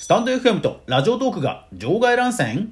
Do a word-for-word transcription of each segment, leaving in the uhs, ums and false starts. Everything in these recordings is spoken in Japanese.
スタンド エフエム とラジオトークが場外乱戦。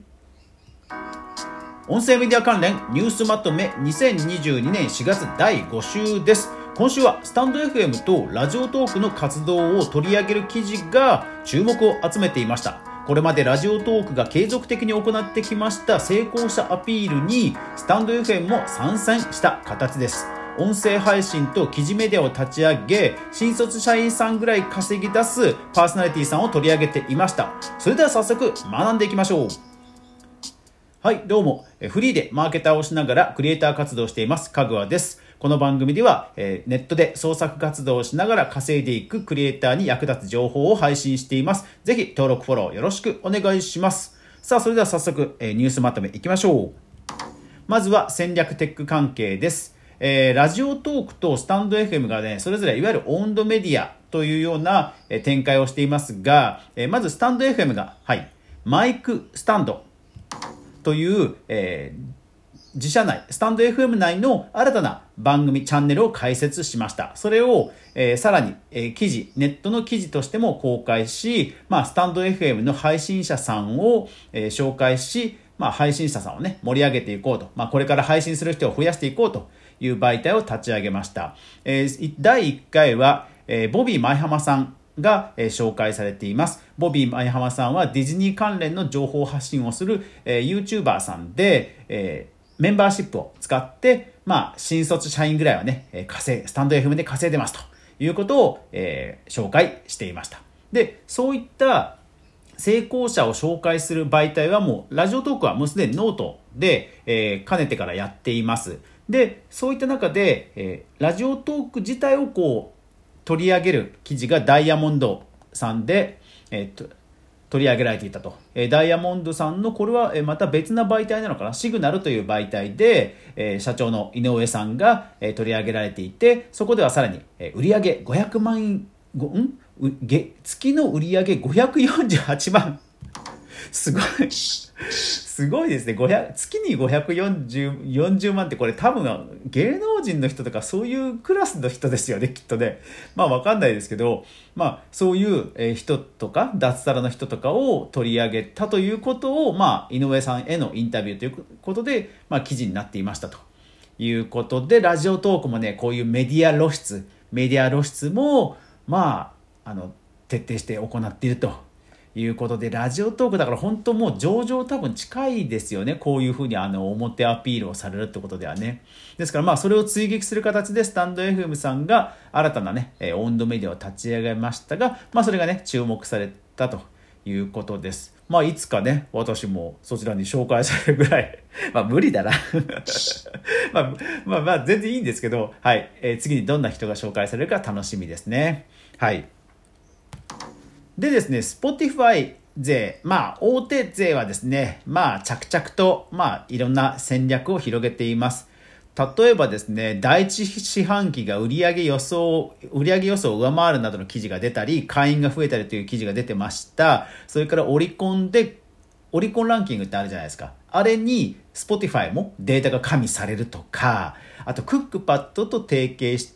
音声メディア関連ニュースまとめにせんにじゅうにねんしがつだいご週です。今週はスタンド エフエム とラジオトークの活動を取り上げる記事が注目を集めていました。これまでラジオトークが継続的に行ってきました成功者アピールにスタンド エフエム も参戦した形です。音声配信と記事メディアを立ち上げ、新卒社員さんぐらい稼ぎ出すパーソナリティさんを取り上げていました。それでは早速学んでいきましょう。はい、どうも。フリーでマーケターをしながらクリエイター活動をしていますかぐわです。この番組ではネットで創作活動をしながら稼いでいくクリエイターに役立つ情報を配信しています。ぜひ登録フォローよろしくお願いします。さあ、それでは早速ニュースまとめいきましょう。まずは戦略テック関係です。えー、ラジオトークとスタンド エフエム がね、それぞれいわゆるオウンドメディアというような、えー、展開をしていますが、えー、まずスタンド エフエム が、はい、マイクスタンドという、えー、自社内、スタンド エフエム 内の新たな番組、チャンネルを開設しました。それを、えー、さらに、えー、記事、ネットの記事としても公開し、まあ、スタンド エフエム の配信者さんを、えー、紹介し、まあ、配信者さんをね、盛り上げていこうと。まあ、これから配信する人を増やしていこうという媒体を立ち上げました。えー、だいいっかいは、えー、ボビー前浜さんが、えー、紹介されています。ボビー前浜さんはディズニー関連の情報発信をする、えー、YouTuber さんで、えー、メンバーシップを使って、まあ、新卒社員ぐらいはね、稼い、スタンド エフエム で稼いでますということを、えー、紹介していました。で、そういった成功者を紹介する媒体はもうラジオトークはもうすでにノートで、えー、かねてからやっています。で、そういった中で、えー、ラジオトーク自体をこう取り上げる記事がダイヤモンドさんで、えー、と取り上げられていたと、えー、ダイヤモンドさんのこれはまた別な媒体なのかな、シグナルという媒体で、えー、社長の井上さんが、えー、取り上げられていて、そこではさらに、えー、売上ごひゃくまんえんごん月の売上ごひゃくよんじゅうはちまんすごいすごいですね。ごひゃく月にごひゃくよんじゅうまんって、これ多分芸能人の人とかそういうクラスの人ですよね、きっとね。まあわかんないですけど、まあそういう人とか脱サラの人とかを取り上げたということを、まあ井上さんへのインタビューということで、まあ記事になっていましたということで、ラジオトークもね、こういうメディア露出メディア露出もまああの徹底して行っているということで、ラジオトークだから本当もう上場多分近いですよね。こういうふうにあの表アピールをされるってことではね。ですからまあそれを追撃する形でスタンド エフエム さんが新たなね、オウンドメディアを立ち上げましたが、まあそれがね注目されたということです。まあいつかね、私もそちらに紹介されるぐらいまあ無理だなまあまあまあ全然いいんですけど、はい、えー、次にどんな人が紹介されるか楽しみですね。はい。でですね、Spotify 勢、まあ大手勢はですね、まあ着々とまあいろんな戦略を広げています。例えばですね、第一四半期が売上予想、売上予想を上回るなどの記事が出たり、会員が増えたりという記事が出てました。それからオリコンで、オリコンランキングってあるじゃないですか。あれに Spotify もデータが加味されるとか、あとクックパッドと提携して、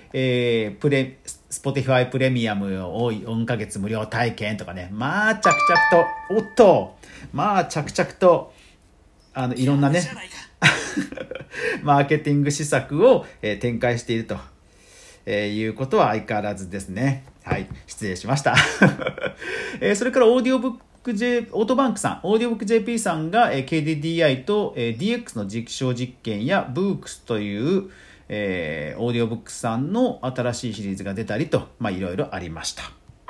えー、プレ、Spotify プレミアムをよんかげつ無料体験とかね。まあ着々と、おっと、まあ着々と、あの、いろんなね、マーケティング施策を、えー、展開していると、えー、いうことは相変わらずですね。はい、失礼しました。えー、それからオーディオブック J、オートバンクさん、オーディオブック ジェーピー さんが、えー、ケーディーディーアイ と、えー、ディーエックス の実証実験や ブークス という、えー、オーディオブックさんの新しいシリーズが出たりと、まあいろいろありました。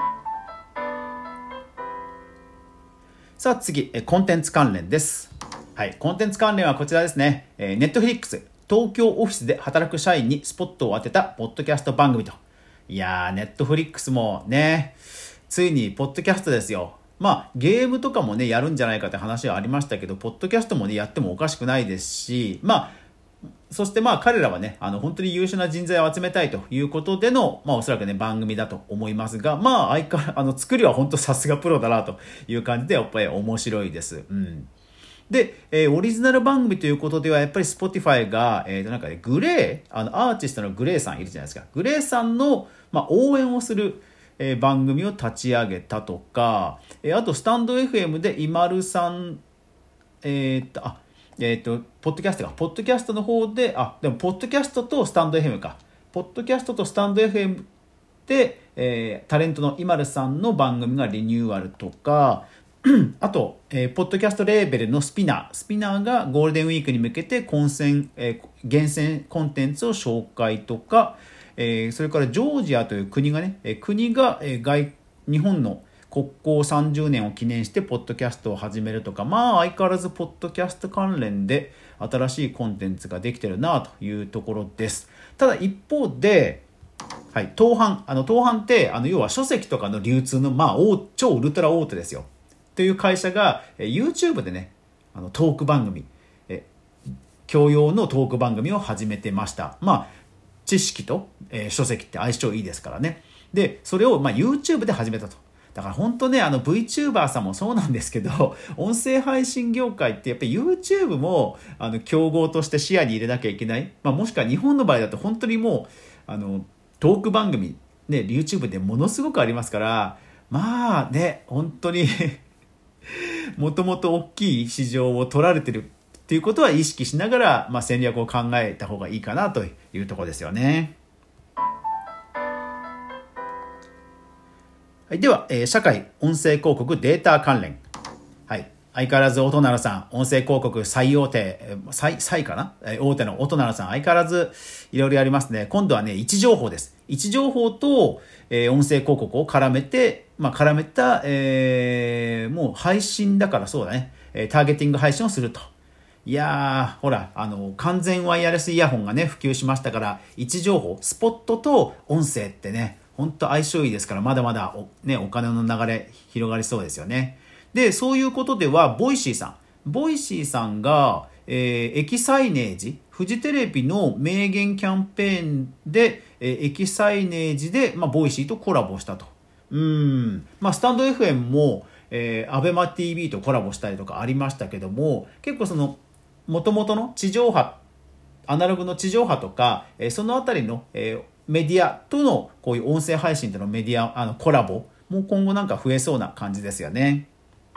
さあ次、えー、コンテンツ関連です。はい、コンテンツ関連はこちらですね。えー、Netflix、東京オフィスで働く社員にスポットを当てたポッドキャスト番組と。いやー、Netflixもね、ついにポッドキャストですよ。まあゲームとかもねやるんじゃないかって話はありましたけど、ポッドキャストもねやってもおかしくないですし、まあそしてまあ彼らはね、あの本当に優秀な人材を集めたいということでの、まあおそらくね番組だと思いますが、まあ相変わらずあの作りは本当さすがプロだなという感じでやっぱり面白いです。うん。で、えー、オリジナル番組ということではやっぱり Spotify が、えーとなんかね、グレー、あのアーティストのグレーさんいるじゃないですか。グレーさんの、まあ、応援をするえー、番組を立ち上げたとか、えー、あとスタンド エフエム で今るさん、えー、っとあえー、っとポッドキャストかポッドキャストの方であでもポッドキャストとスタンド エフエム かポッドキャストとスタンド エフエム で、えー、タレントの今るさんの番組がリニューアルとかあと、えー、ポッドキャストレーベルのスピナースピナーがゴールデンウィークに向けて混戦、えー、厳選コンテンツを紹介とか、えー、それからジョージアという国がね、えー、国が、えー、外日本の国交さんじゅうねんを記念してポッドキャストを始めるとか、まあ相変わらずポッドキャスト関連で新しいコンテンツができてるなというところです。ただ一方で、はい、東販あの東販ってあの要は書籍とかの流通の、まあ、大超ウルトラ大手ですよという会社が、え YouTube でねあのトーク番組え教養のトーク番組を始めてました。まあ知識と、えー、書籍って相性いいですからね。でそれを、まあ、YouTube で始めたと。だから本当ね、あの VTuber さんもそうなんですけど、音声配信業界ってやっぱり YouTube もあの競合として視野に入れなきゃいけない。まあ、もしくは日本の場合だと本当にもうあのトーク番組ね YouTube でものすごくありますから、まあね本当にもともと大きい市場を取られてるっていうことは意識しながら、まあ、戦略を考えた方がいいかなというところですよね。はい、では、えー、社会音声広告データ関連、はい、相変わらず音ならさん音声広告最大手最最かな、えー、大手の音ならさん相変わらずいろいろやりますね。今度はね位置情報です。位置情報と、えー、音声広告を絡めて、まあ、絡めた、えー、もう配信だからそうだね、えー、ターゲティング配信をすると。いやーほらあの完全ワイヤレスイヤホンがね普及しましたから、位置情報スポットと音声ってね本当相性いいですから、まだまだ お,、ね、お金の流れ広がりそうですよね。でそういうことではボイシーさんボイシーさんが、えー、エキサイネージフジテレビの名言キャンペーンで、えー、エキサイネージで、まあ、ボイシーとコラボしたと。うーん、まあ、スタンド エフエム も、えー、アベマ ティーブイ とコラボしたりとかありましたけども、結構その元々の地上波アナログの地上波とか、えー、そのあたりの、えーメディアとのこういう音声配信とのメディアあのコラボも今後なんか増えそうな感じですよね。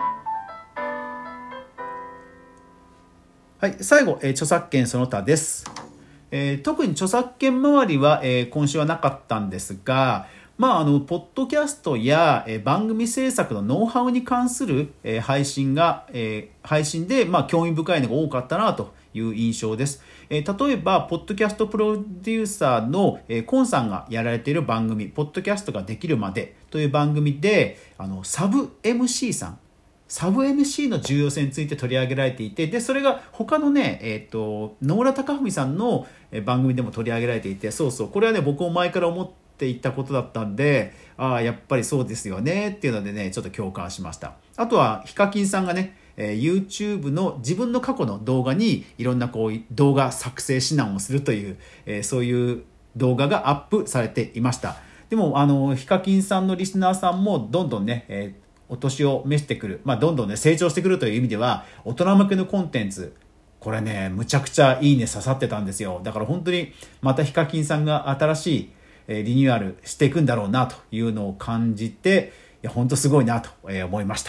はい、最後、えー、著作権その他です。えー、特に著作権周りは、えー、今週はなかったんですが、まああのポッドキャストや、えー、番組制作のノウハウに関する、えー、配信が、えー、配信でまあ興味深いのが多かったなという印象です。えー、例えばポッドキャストプロデューサーの、えー、コンさんがやられている番組ポッドキャストができるまでという番組であのサブ エムシー さんサブ エムシー の重要性について取り上げられていて、でそれが他のね、えー、と野村貴文さんの番組でも取り上げられていて、そうそうこれはね僕も前から思っていたことだったんで、ああやっぱりそうですよねっていうのでねちょっと共感しました。あとはヒカキンさんがねえー、YouTube の自分の過去の動画にいろんなこう動画作成指南をするという、えー、そういう動画がアップされていました。でもあのヒカキンさんのリスナーさんもどんどんね、えー、お年を召してくる、まあ、どんどんね成長してくるという意味では大人向けのコンテンツこれねむちゃくちゃいいね刺さってたんですよ。だから本当にまたヒカキンさんが新しい、えー、リニューアルしていくんだろうなというのを感じて、いや本当すごいなと思いました。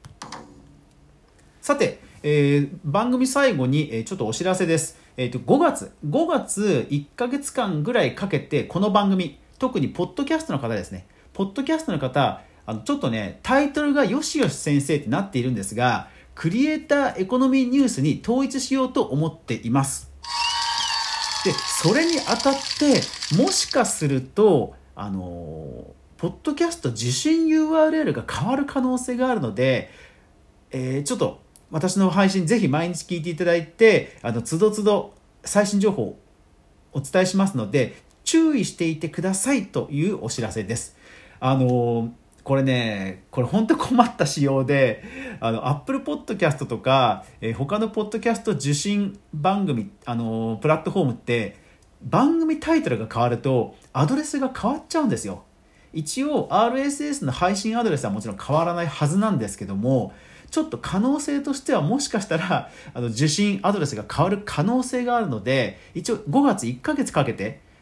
さて、えー、番組最後に、えー、ちょっとお知らせです。えーと、ごがつ、ごがついっかげつかんぐらいかけて、この番組、特にポッドキャストの方ですね。ポッドキャストの方、あのちょっとね、タイトルがよしよし先生ってなっているんですが、クリエイターエコノミーニュースに統一しようと思っています。で、それにあたって、もしかすると、あのー、ポッドキャスト受信 ユーアールエル が変わる可能性があるので、えー、ちょっと、私の配信ぜひ毎日聞いていただいて、あのつどつど最新情報をお伝えしますので注意していてくださいというお知らせです。あのこれねこれ本当困った仕様で、あの Apple Podcast とか、えー、他のポッドキャスト受信番組あのプラットフォームって番組タイトルが変わるとアドレスが変わっちゃうんですよ。一応 アールエスエス の配信アドレスはもちろん変わらないはずなんですけども、ちょっと可能性としてはもしかしたらあの受信アドレスが変わる可能性があるので、一応ごがついっかげつかけて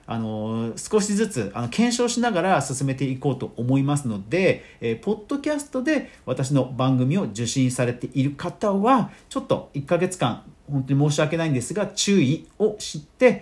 あの少しずつあの検証しながら進めていこうと思いますので、えー、ポッドキャストで私の番組を受信されている方はちょっといっかげつかん本当に申し訳ないんですが注意を知って、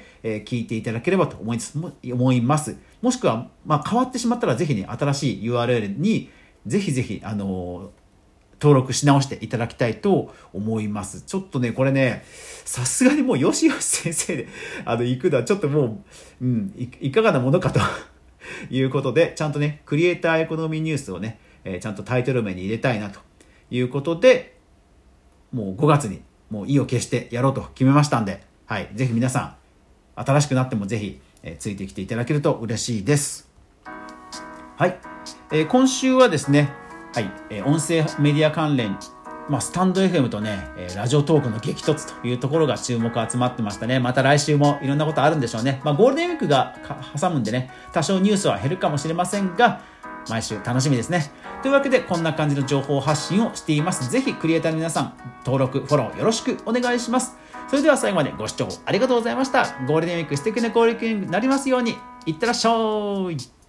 えー、聞いていただければと思います。思います。もしくは、まあ、変わってしまったらぜひね新しい ユーアールエル にぜひぜひあのー登録し直していただきたいと思います。ちょっとね、これね、さすがにもうよしよし先生であの行くのはちょっともう、うん、い, いかがなものかということで、ちゃんとね、クリエイターエコノミーニュースをね、えー、ちゃんとタイトル名に入れたいなということで、もうごがつにもう意を決してやろうと決めましたんで、はい、ぜひ皆さん、新しくなってもぜひ、えー、ついてきていただけると嬉しいです。はい、えー、今週はですね、はい、えー、音声メディア関連、まあ、スタンド エフエム とね、えー、ラジオトークの激突というところが注目集まってましたね。また来週もいろんなことあるんでしょうね。まあ、ゴールデンウィークが挟むんでね、多少ニュースは減るかもしれませんが、毎週楽しみですね。というわけで、こんな感じの情報発信をしています。ぜひクリエイターの皆さん、登録、フォローよろしくお願いします。それでは最後までご視聴ありがとうございました。ゴールデンウィーク素敵なゴールデンウィークになりますように。いってらっしゃい。